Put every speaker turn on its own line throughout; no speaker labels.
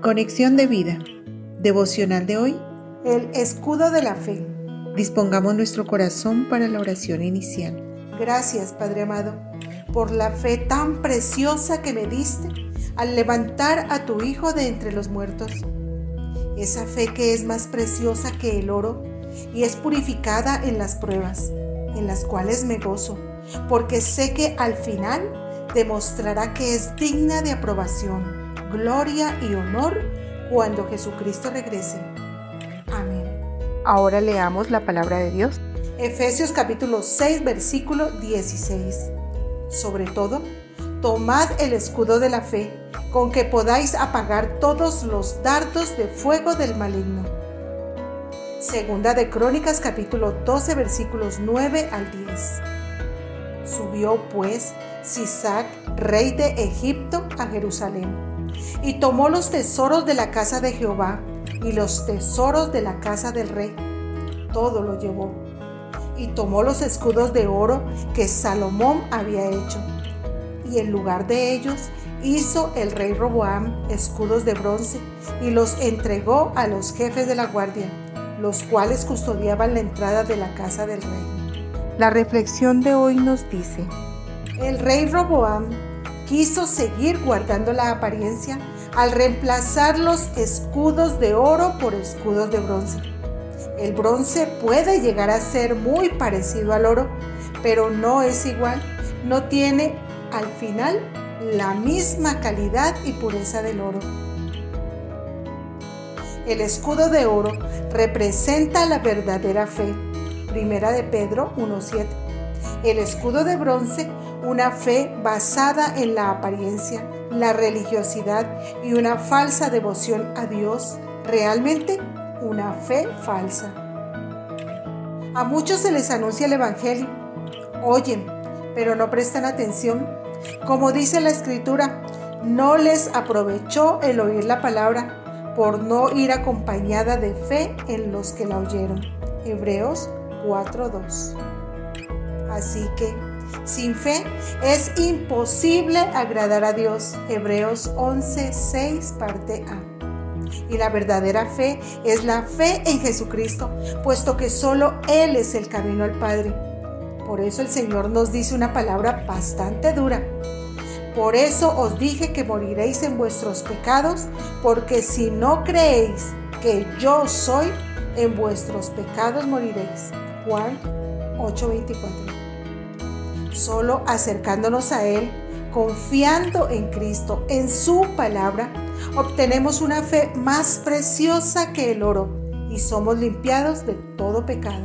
Conexión de vida. Devocional de hoy.
El escudo de la fe.
Dispongamos nuestro corazón para la oración inicial.
Gracias, Padre amado, por la fe tan preciosa que me diste al levantar a tu Hijo de entre los muertos. Esa fe que es más preciosa que el oro y es purificada en las pruebas, en las cuales me gozo, porque sé que al final demostrará que es digna de aprobación, gloria y honor cuando Jesucristo regrese. Amén.
Ahora leamos la palabra de Dios.
Efesios capítulo 6, versículo 16. Sobre todo, tomad el escudo de la fe, con que podáis apagar todos los dardos de fuego del maligno. Segunda de Crónicas capítulo 12, versículos 9 al 10. Subió pues Sisac, rey de Egipto, a Jerusalén, y tomó los tesoros de la casa de Jehová y los tesoros de la casa del rey. Todo lo llevó. Y tomó los escudos de oro que Salomón había hecho. Y en lugar de ellos hizo el rey Roboam escudos de bronce y los entregó a los jefes de la guardia, los cuales custodiaban la entrada de la casa del rey.
La reflexión de hoy nos dice:
el rey Roboam quiso seguir guardando la apariencia al reemplazar los escudos de oro por escudos de bronce. El bronce puede llegar a ser muy parecido al oro, pero no es igual, no tiene al final la misma calidad y pureza del oro. El escudo de oro representa la verdadera fe, Primera de Pedro 1:7. El escudo de bronce, una fe basada en la apariencia, la religiosidad y una falsa devoción a Dios, realmente una fe falsa. A muchos se les anuncia el Evangelio, oyen, pero no prestan atención. Como dice la Escritura, no les aprovechó el oír la palabra por no ir acompañada de fe en los que la oyeron. Hebreos 4:2. Así que, sin fe es imposible agradar a Dios. Hebreos 11:6, parte A. Y la verdadera fe es la fe en Jesucristo, puesto que solo Él es el camino al Padre. Por eso el Señor nos dice una palabra bastante dura. Por eso os dije que moriréis en vuestros pecados, porque si no creéis que yo soy, en vuestros pecados moriréis. Juan 8:24. Solo acercándonos a Él, confiando en Cristo, en su palabra, obtenemos una fe más preciosa que el oro y somos limpiados de todo pecado.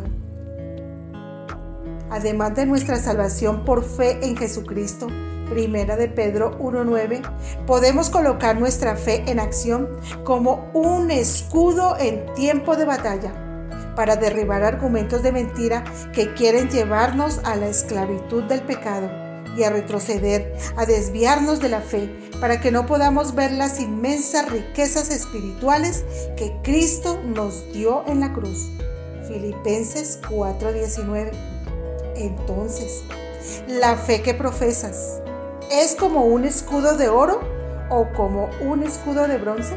Además de nuestra salvación por fe en Jesucristo, Primera de Pedro 1:9, podemos colocar nuestra fe en acción como un escudo en tiempo de batalla, para derribar argumentos de mentira que quieren llevarnos a la esclavitud del pecado y a retroceder, a desviarnos de la fe, para que no podamos ver las inmensas riquezas espirituales que Cristo nos dio en la cruz. Filipenses 4:19. Entonces, ¿la fe que profesas es como un escudo de oro o como un escudo de bronce?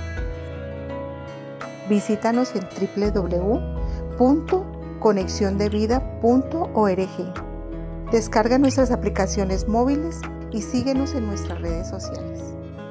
Visítanos en www.conexiondevida.org. Descarga nuestras aplicaciones móviles y síguenos en nuestras redes sociales.